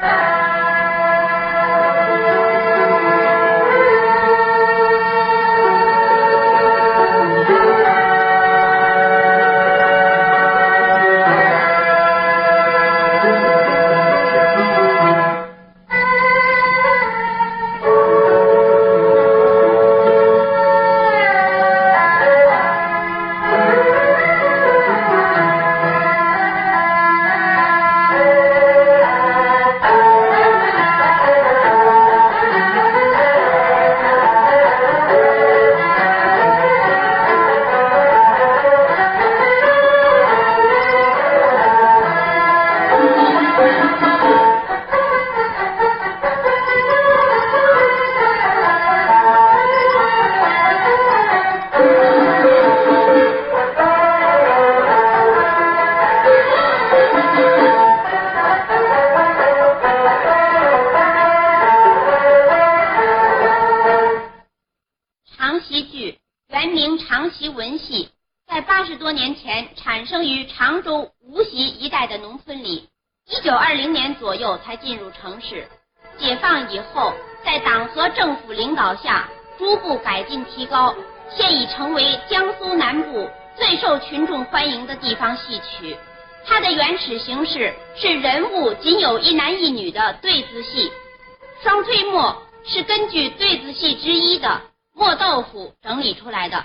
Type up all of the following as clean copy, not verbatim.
产生于常州无锡一带的农村里，1920年左右才进入城市。解放以后，在党和政府领导下逐步改进提高，现已成为江苏南部最受群众欢迎的地方戏曲。它的原始形式是人物仅有一男一女的对子戏，双推磨是根据对子戏之一的磨豆腐整理出来的。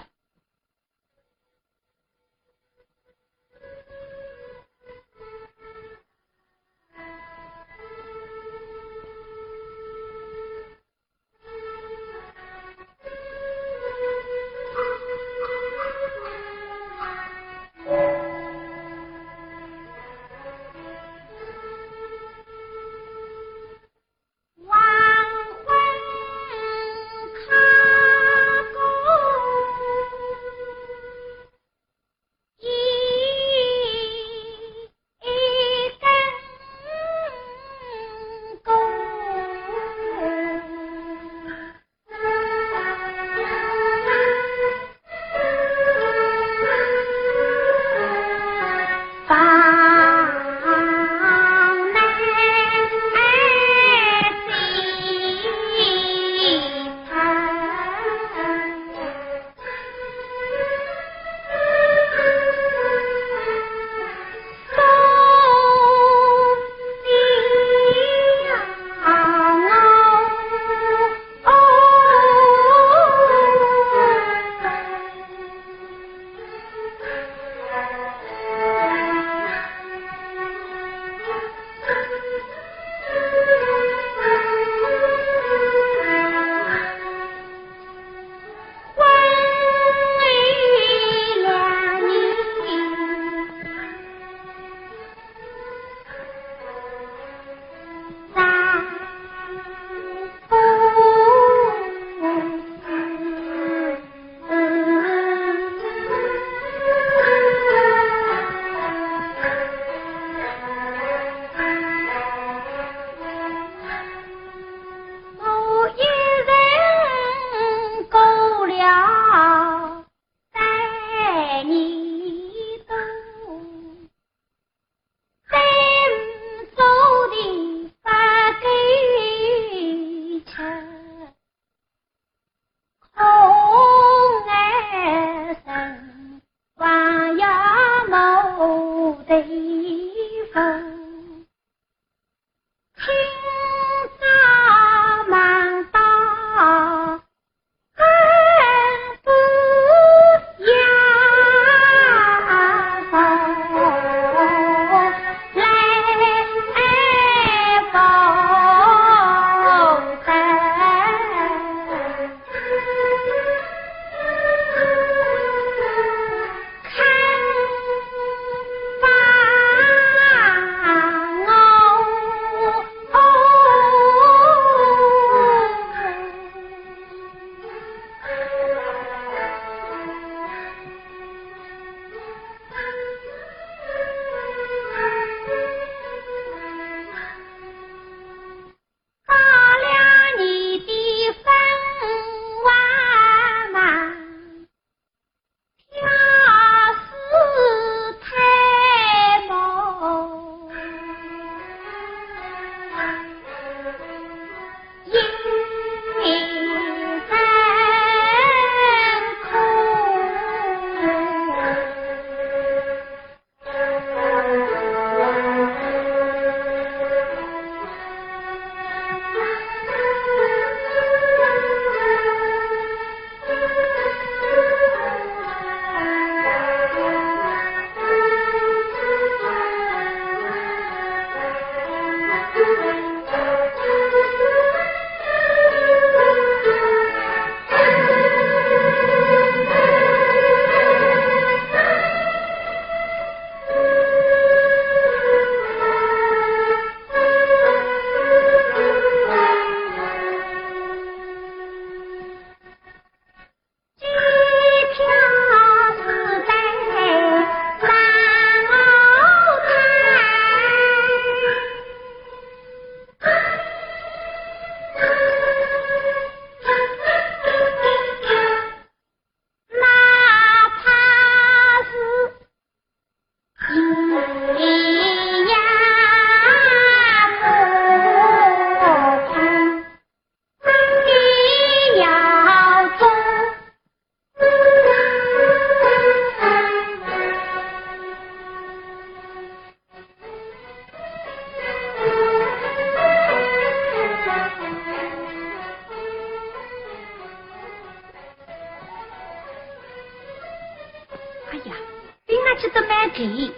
给。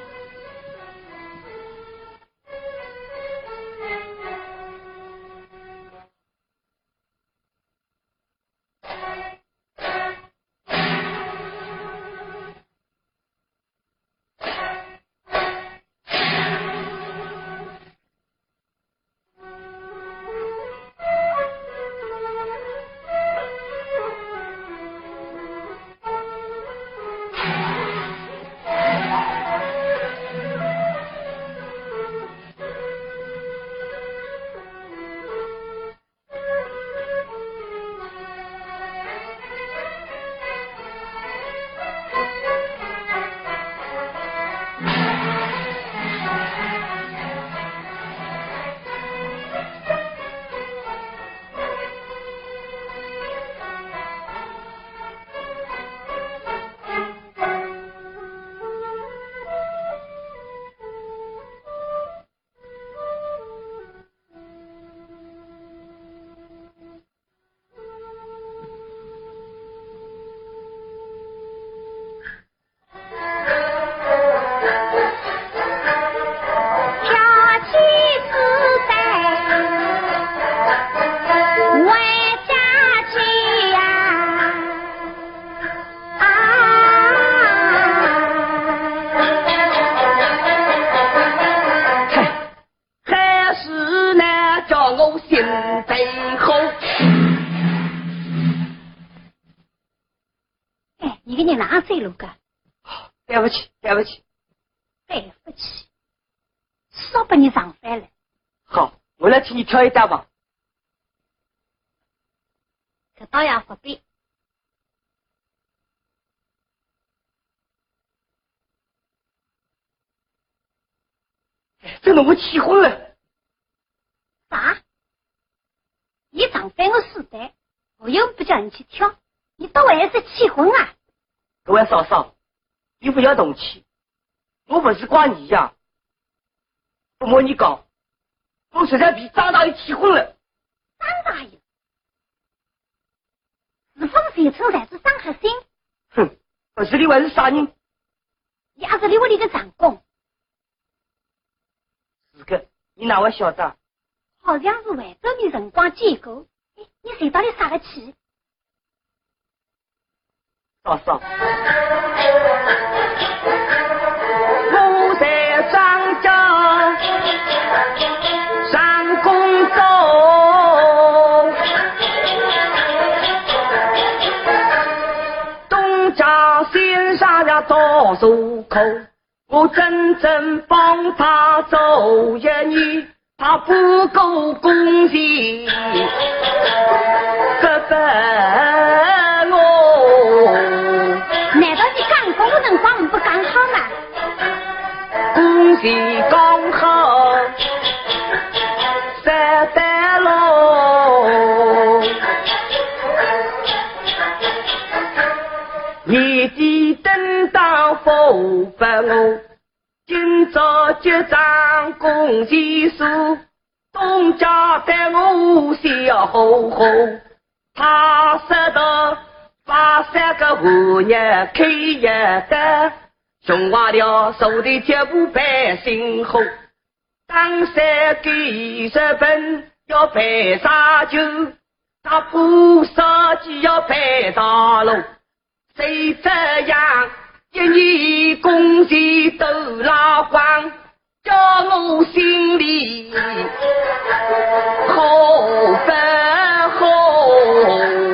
对不起，对不起， 对不起，说把你上翻了。 好，我来替你挑一担吧。 这倒也不必。 这弄我气昏了。 啥？你上翻我4担，我又不叫你去挑，你都还是气昏啊？ 各位嫂嫂，你不要动气，我不是怪你呀。不瞒你讲，我实在比张大爷气昏了。 张大爷，是风水村才是张克星。 哼，不是你还是啥人？ 也是你屋里的长工。 是个，你哪位晓得？ 好像是惠州的辰光见过。你谁到底撒了气？ 嫂嫂，我在张家上工作，东家先生呀到入口，我真正帮他走一年，他不够恭敬，哥哥难道你干工的辰光不刚好吗？ 恭喜刚好三代喽，年纪等到福不我，今朝结账恭喜书，东家对我笑吼吼，他说道把3个活人开一单，穷坏了手里脚步百姓后，当山给日本要赔啥酒，他不烧鸡要赔大路，谁这样一年工钱都拉光，叫我心里好不好？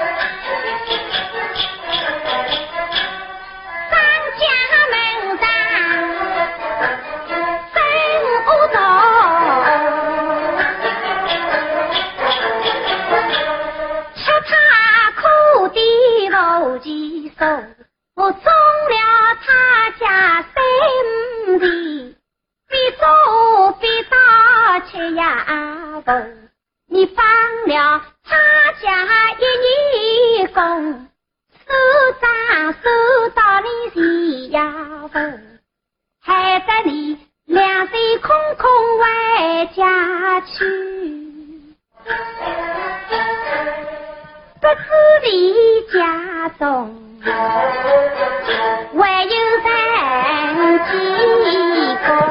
我中了他家3地，比手比刀吃呀饭，你帮了他家1年工，手账收到你谁呀饭，害得你2手空空回家去，不知离家中唯有人几个。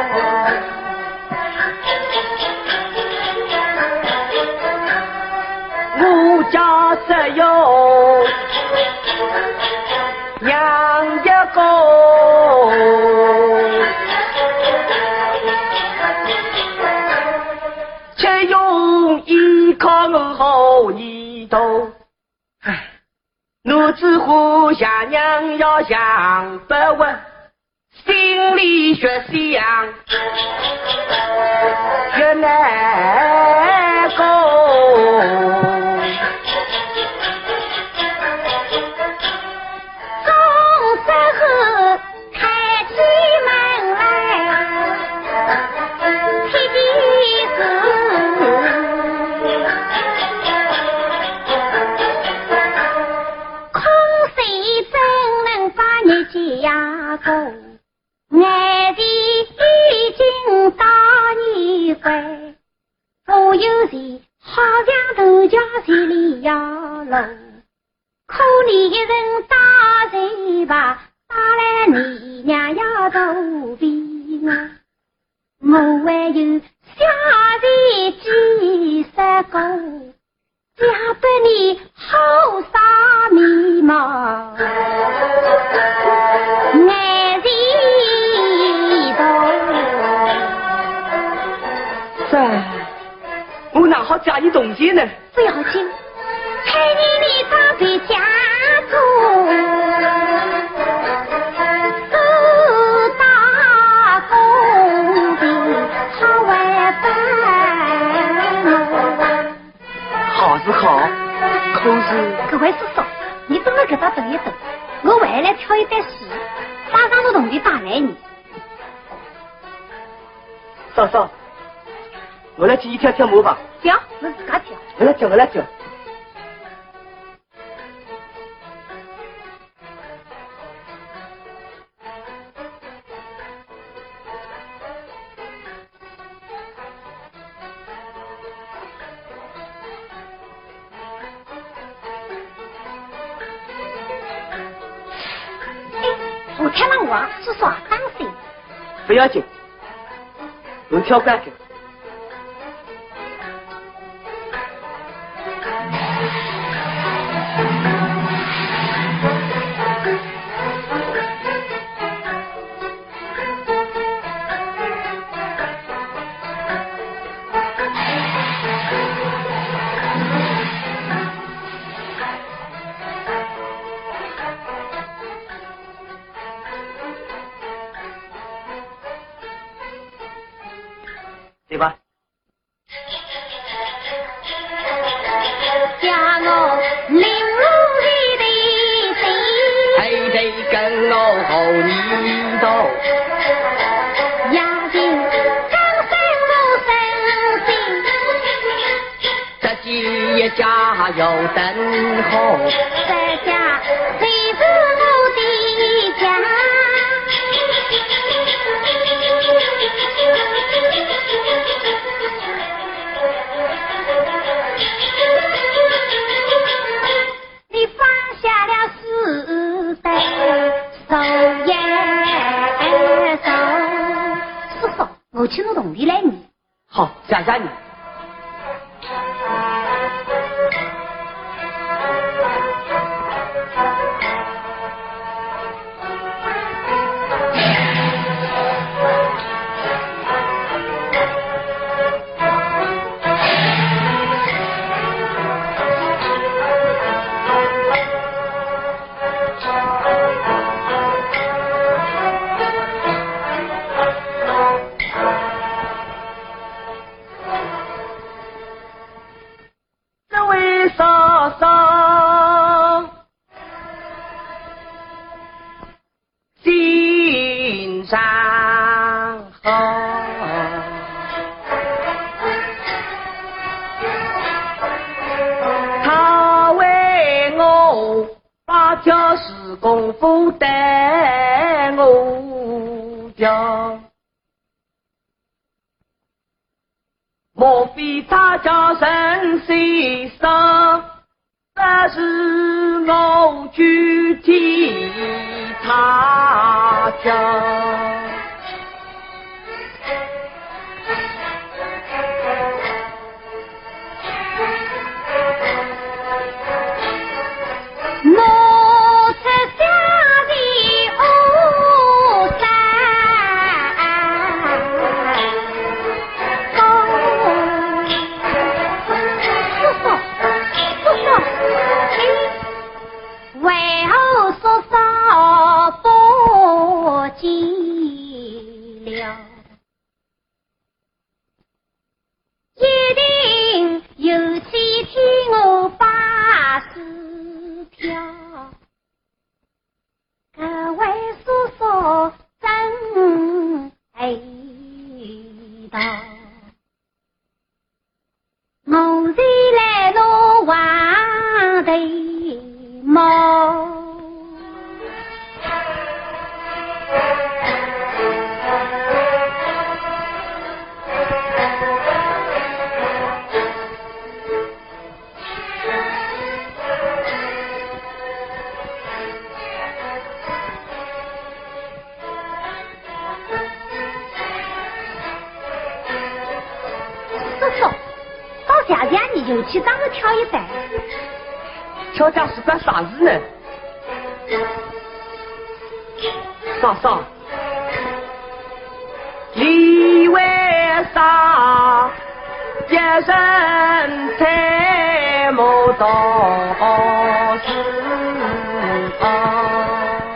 我家只有娘一个，却用依靠我好一头。唉，我只呼下娘要想不问，心里却想越难过。 眼前已经到年岁，所有人好像头家在里要路，可怜一人打人吧，打来你娘要肚皮我还有下人几十个，想不你好杀面貌。 我哪好加你东西呢？ 不要紧，陪你当对家族，做打工的好玩伴。 好是好，可是各位叔叔，你等我给他等一等，我回来挑一袋戏，马上就同你打来你。 嫂嫂，我来去跳跳舞吧。 跳，我自家跳。 我来跳，我来跳。 我看了我，叔叔当心。 不要紧，我跳过去。对吧？ 叫我领路的心， 还得跟我后你走。 押进江山我身心， 自己一家有等候。 这家谁是我的家？你放下了是非，手也手。叔叔，我去弄同地来你。 好，谢谢你。功夫带我教，莫非他叫人谁杀？这是我具体他家。 就去当个跳一带， 跳家是干啥事呢？嫂嫂，你为啥一人才没到事啊？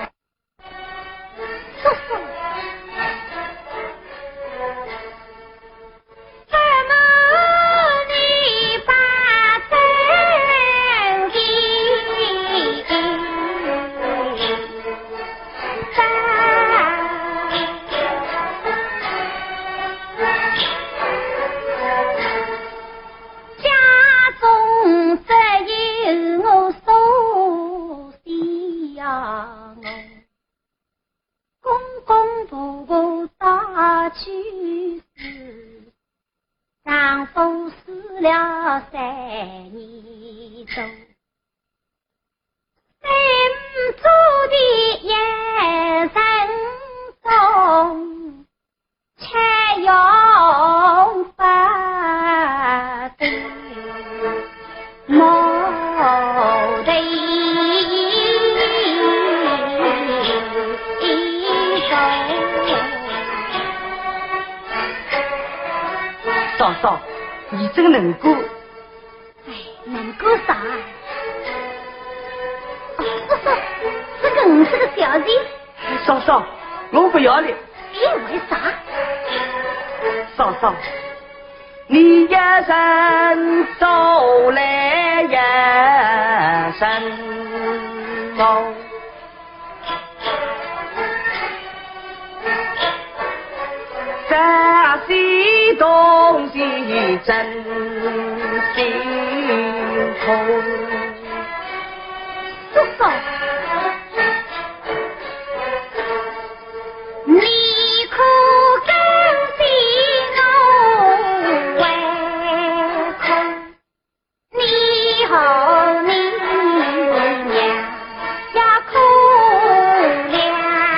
嫂嫂，你真能过。 哎，能过啥？哦，叔叔，这个我是个小弟。 嫂嫂，我不要了。 因为啥？ 嫂嫂，你一生走来一生路。这些东西真心痛。 叔叔，你可甘心我为空？你好你娘呀可怜。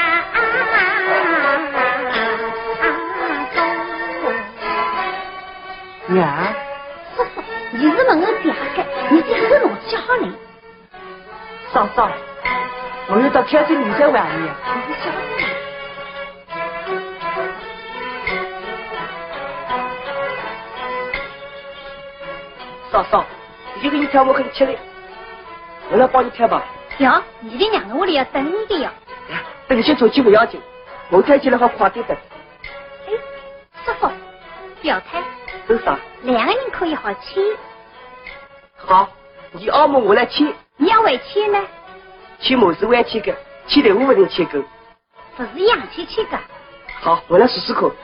娘， 叔叔，你是问我第二个，你最后弄起好嘞。 嫂嫂，我要到天津女在外面。 我是小弟。 嫂嫂，一个人跳舞很吃力，我来帮你跳吧。 哟，你的娘屋里要等你的哟。 等些出去不要紧，我跳起来好快点的。 哎，叔叔，表态。 是啥？ 两个人可以好牵。 好，你澳门我来牵。 你要为牵呢？ 牵我是弯牵的，牵的我不能牵够。 不是仰牵牵的。 好，我来试试看。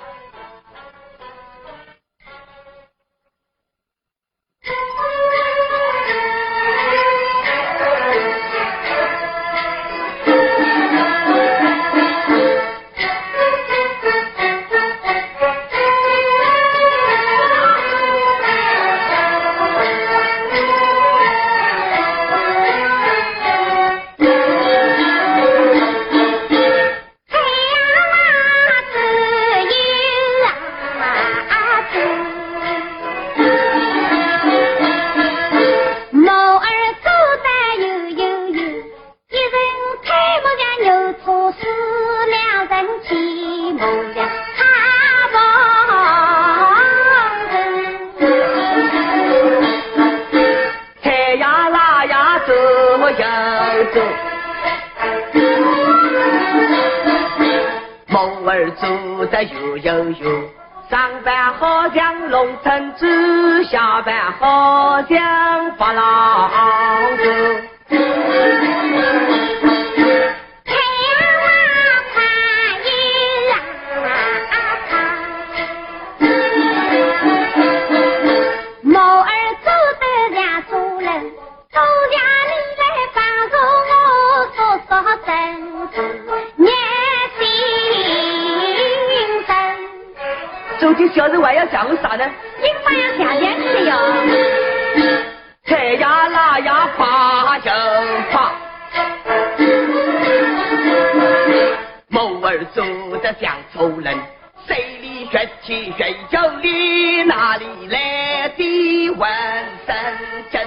做得有有有，上班好像龙腾子，下班好像发廊子。究竟小人还要讲啥呢？ 应该要下点去哟。 菜呀辣呀怕就怕，谋儿做的像仇人，谁里学起谁有理，哪里来的问神真？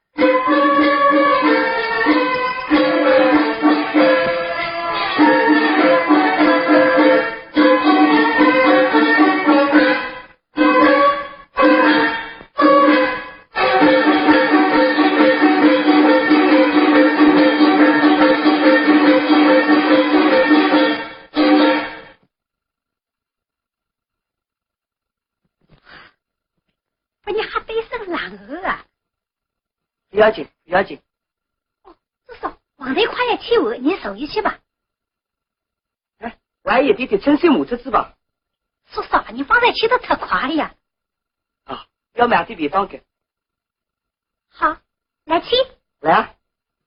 不要紧，不要紧。 哦，叔叔，往这块也去我，你手一去吧。 哎，我还有点点真心母子吧。 叔叔，你放在去的太快了呀。 啊，要买点地方给。 好，来去。 来啊。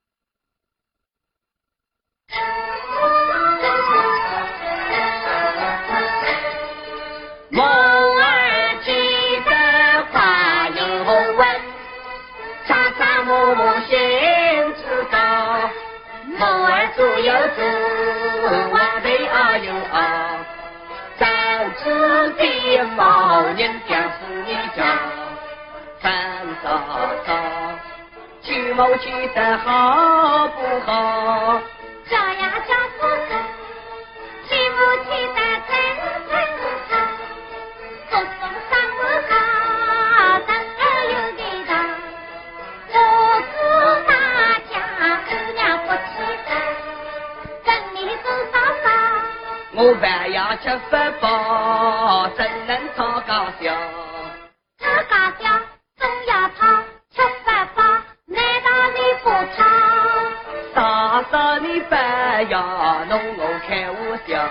梦儿记得话有问，常常默默先知道。梦儿做有做，往对啊有啊。长子的毛人家是你家，三嫂嫂，娶某娶得好不好？ 叫呀叫叔叔，娶不娶得真好。叔叔上不好，等儿有给他。我是那家姑娘不起身，跟你走嫂嫂。 我饭要吃饭饱，怎能讨高笑？ 讨高笑总要讨，吃饭饱难道你不讨？ 嫂嫂你不要弄我开玩笑。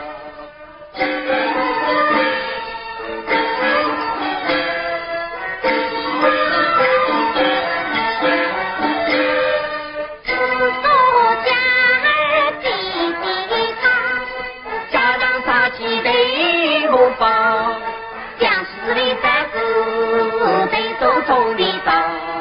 将士的三子得手中的刀，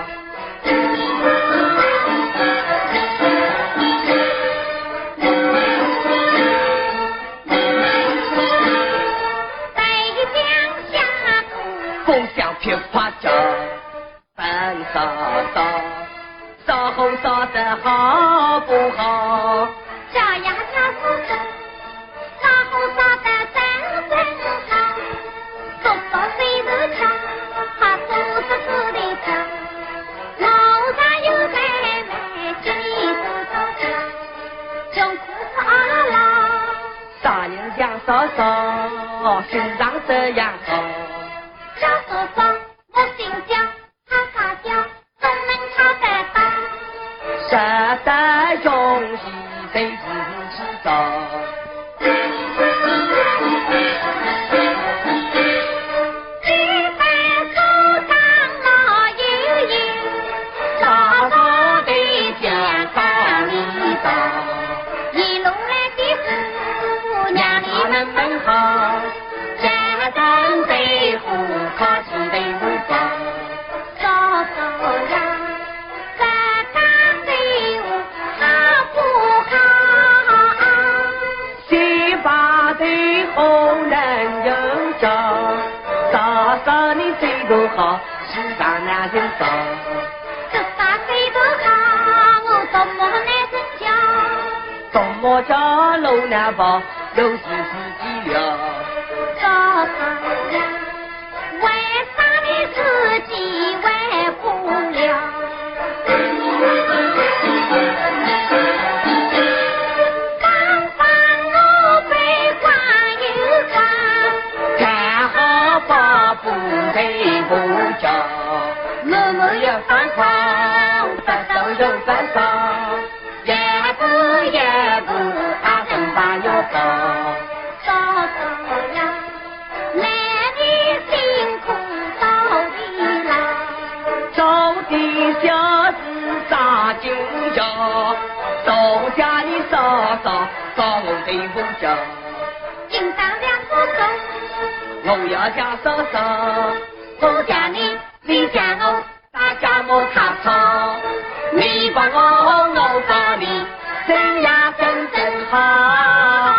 北疆下土， 风向噼啪叫，饭烧烧，烧红烧得好不好？ 叫呀叫叔叔，烧红烧得真好。叔叔谁都抢，他叔叔子的抢。楼上有在卖，这里走走抢，穷苦是阿郎。 杀人像嫂嫂，心肠这样好。 小叔叔，我姓姜，他家姜，总能讨得到。 舍得容易，谁自知道？好，世上男人少。 这啥谁都好，我多么难成交。 多么叫路难跑，又是自己了。 嫂嫂呀，为啥你自己为不了？刚刚我被关又关。 发不对不着， 默默有反抗，反手有反抗，一步一步阿根巴有高。嫂嫂呀，男女辛苦到底来， 走的小子扎金桥，走家里嫂嫂找我对不着， 应当两不走， 我要家嫂嫂， 我家你，你家我， 大家莫卡吵，你帮我，我帮你，真呀真好。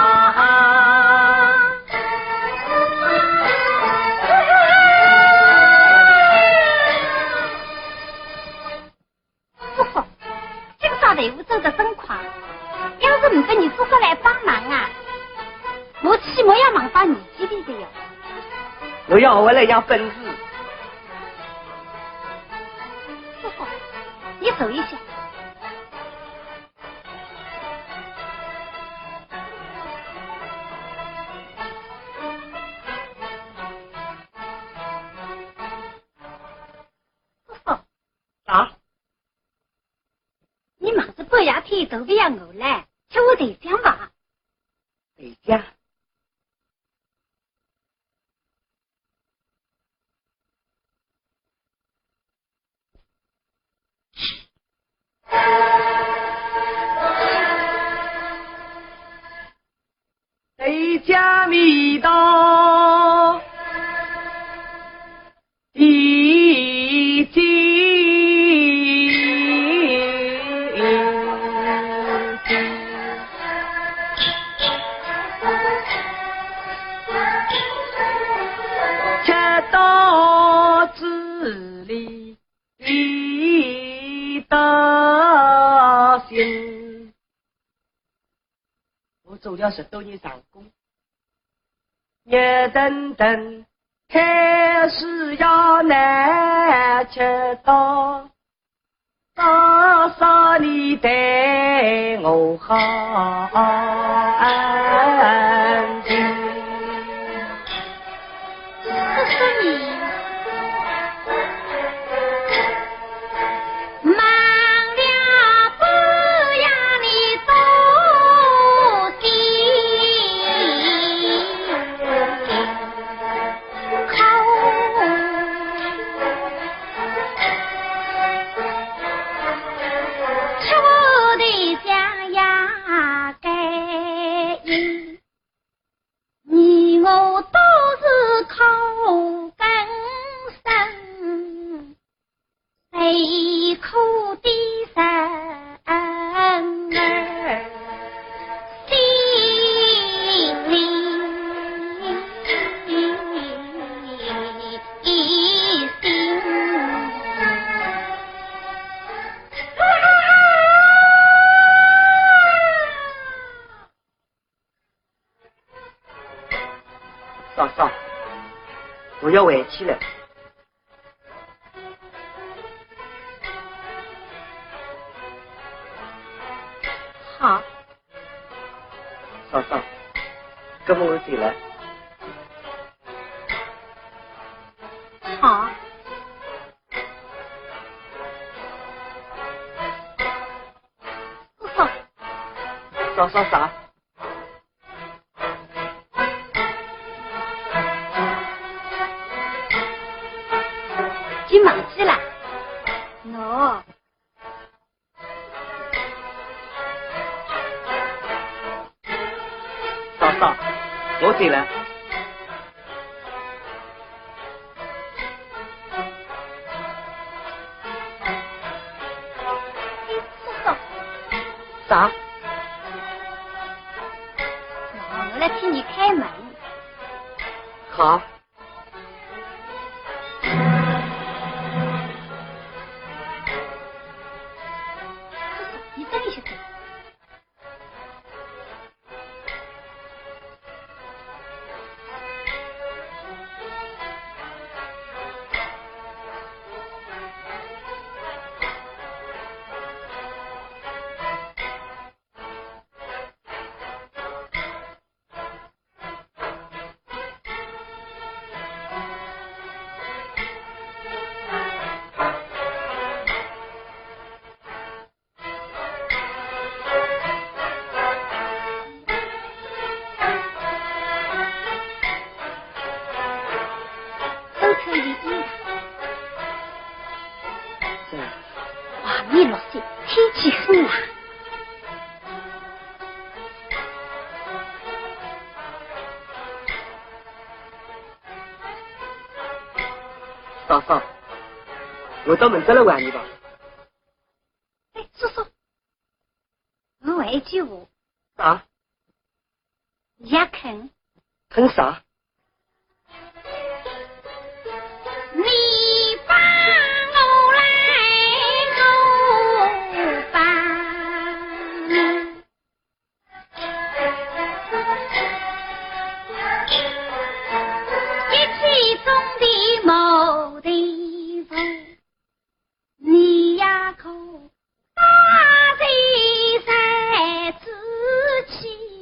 叔叔，今朝队伍走得真快，要是唔跟你叔叔来帮忙啊，我起码要忙到年纪里的哟。 我要回来养本事。 叔叔，你走一下。叔叔， 啊？ 你忙着半夜天都不要我来，叫我队长吧。 回家。回家味道已经吃到嘴里味道新。我做了10多年长工，热腾腾开始要难吃到，多少你对我好安静。 叔叔你忙了不要你多心口，吃我的家呀该应，你我都是口根生，悲苦的生儿心里心。 嫂嫂，我要回去了。 好， 嫂嫂，跟我走了。 好，叔叔， 嫂嫂啥？ 你忘记了？喏， 嫂嫂，我走了。 叔叔， 啥？ 我来替你开门。 好。 你这里去走。 你落雪，天气很冷。 嫂嫂，我到门这来玩你吧。 哎，叔叔，我问一句话。 啥？ 也肯？ 肯啥？ 你帮我来，我帮。一起种的某地方，你呀可大地在自己，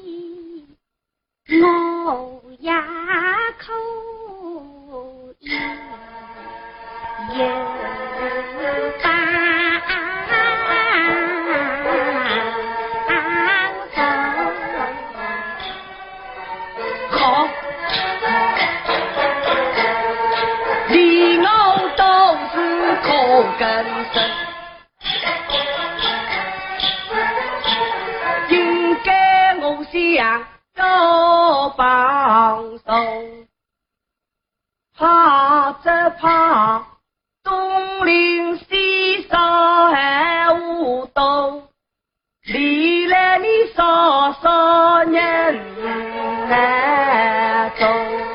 我呀可以有帮手。 好。你我都是可根生，应该我想要帮手，怕只怕东邻西少还无斗，离了你少少人难走。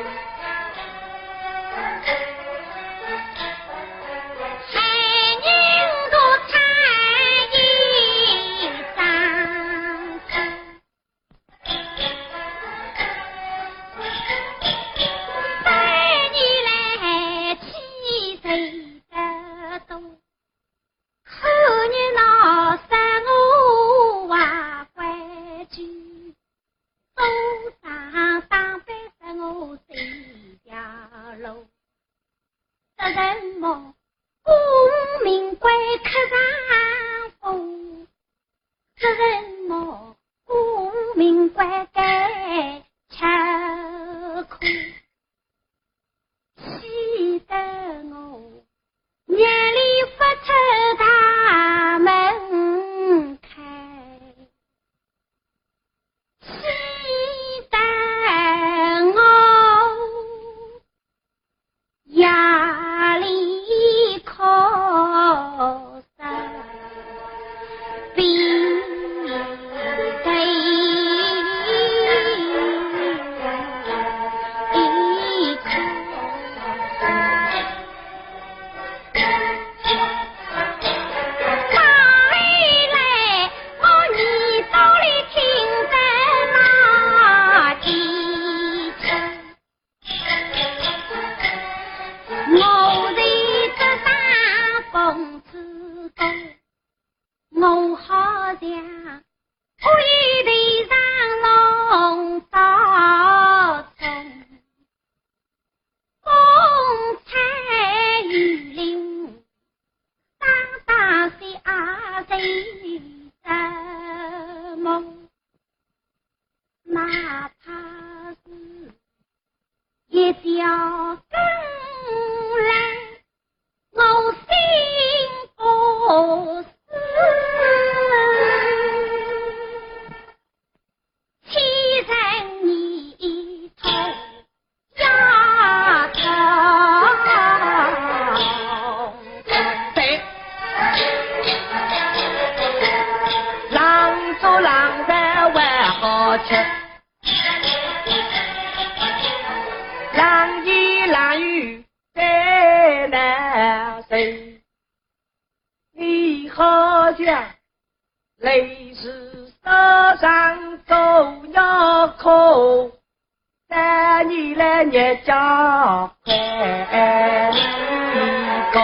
泪是手上走要哭，带你来日家快你过。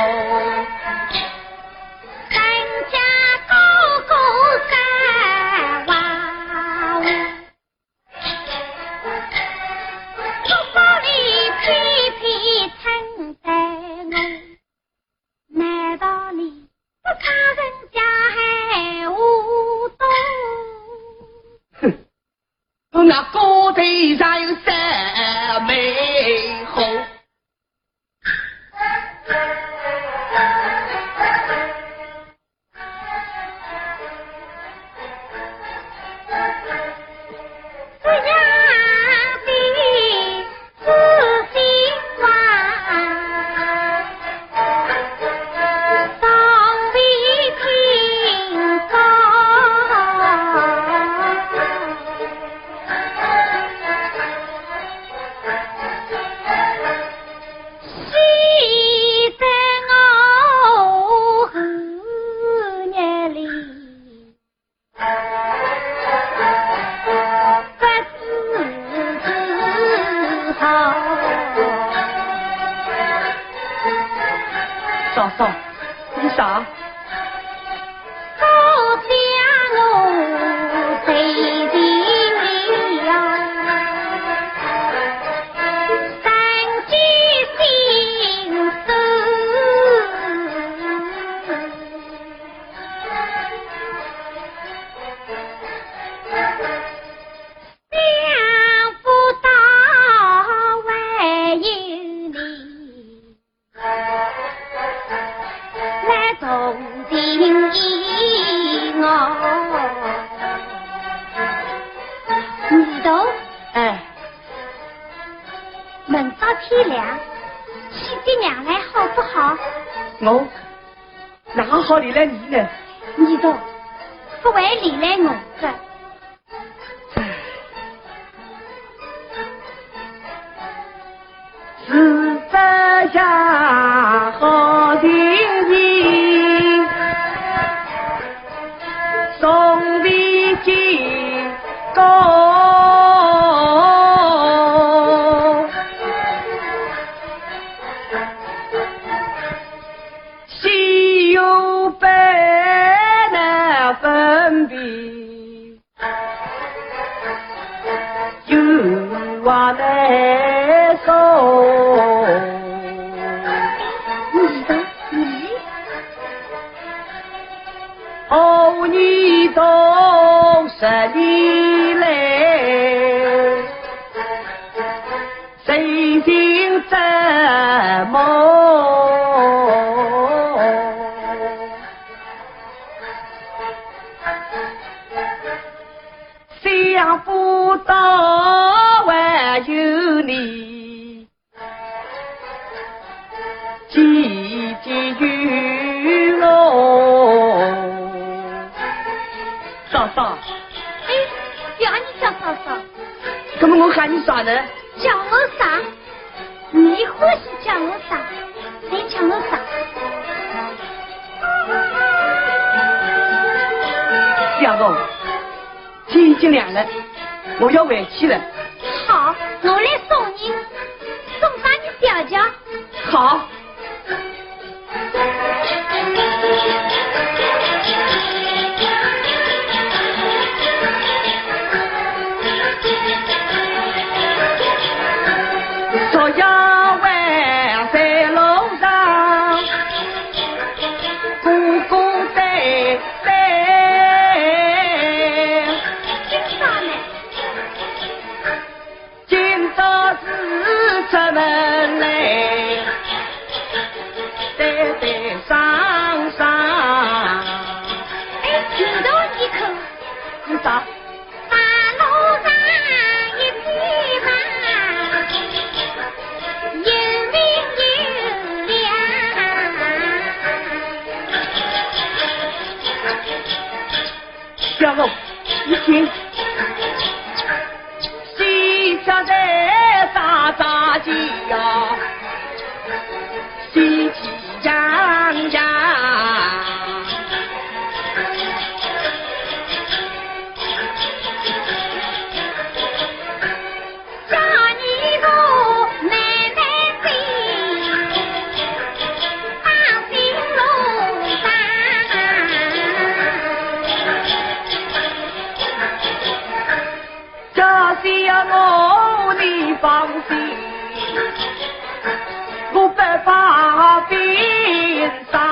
那高头上有三枚红， 嫂嫂，你啥？ 高家我最近呀，三句心思，想不到还有你来同情意我。你都哎， 明早天亮，去爹娘来好不好？ 我哪好理来你呢？ 你都不会理来我的。 是这下好情意，送礼金高，稀有百难分别，有话难说。 你的你后你都10年来，谁心折磨？想不到还有你，积极与我。嫂嫂， 哎，叫你叫嫂嫂， 怎么我喊你啥呢？ 叫我啥？你欢喜叫我啥？你叫我啥？ 小公，天已经亮了，我要回去了。 好，我来送你，送上你小脚。 好。朝阳湾在路上，姑姑在今朝呢？ 今朝是出门来，呆呆上上。 哎，举头一口， 你啥？ 大路上一匹马，有名有量。 小龙，你听，西厢在喳喳叫呀，喜气洋洋。 叫你个奶奶子，放心路上。 这些我你放心，我不怕变啥。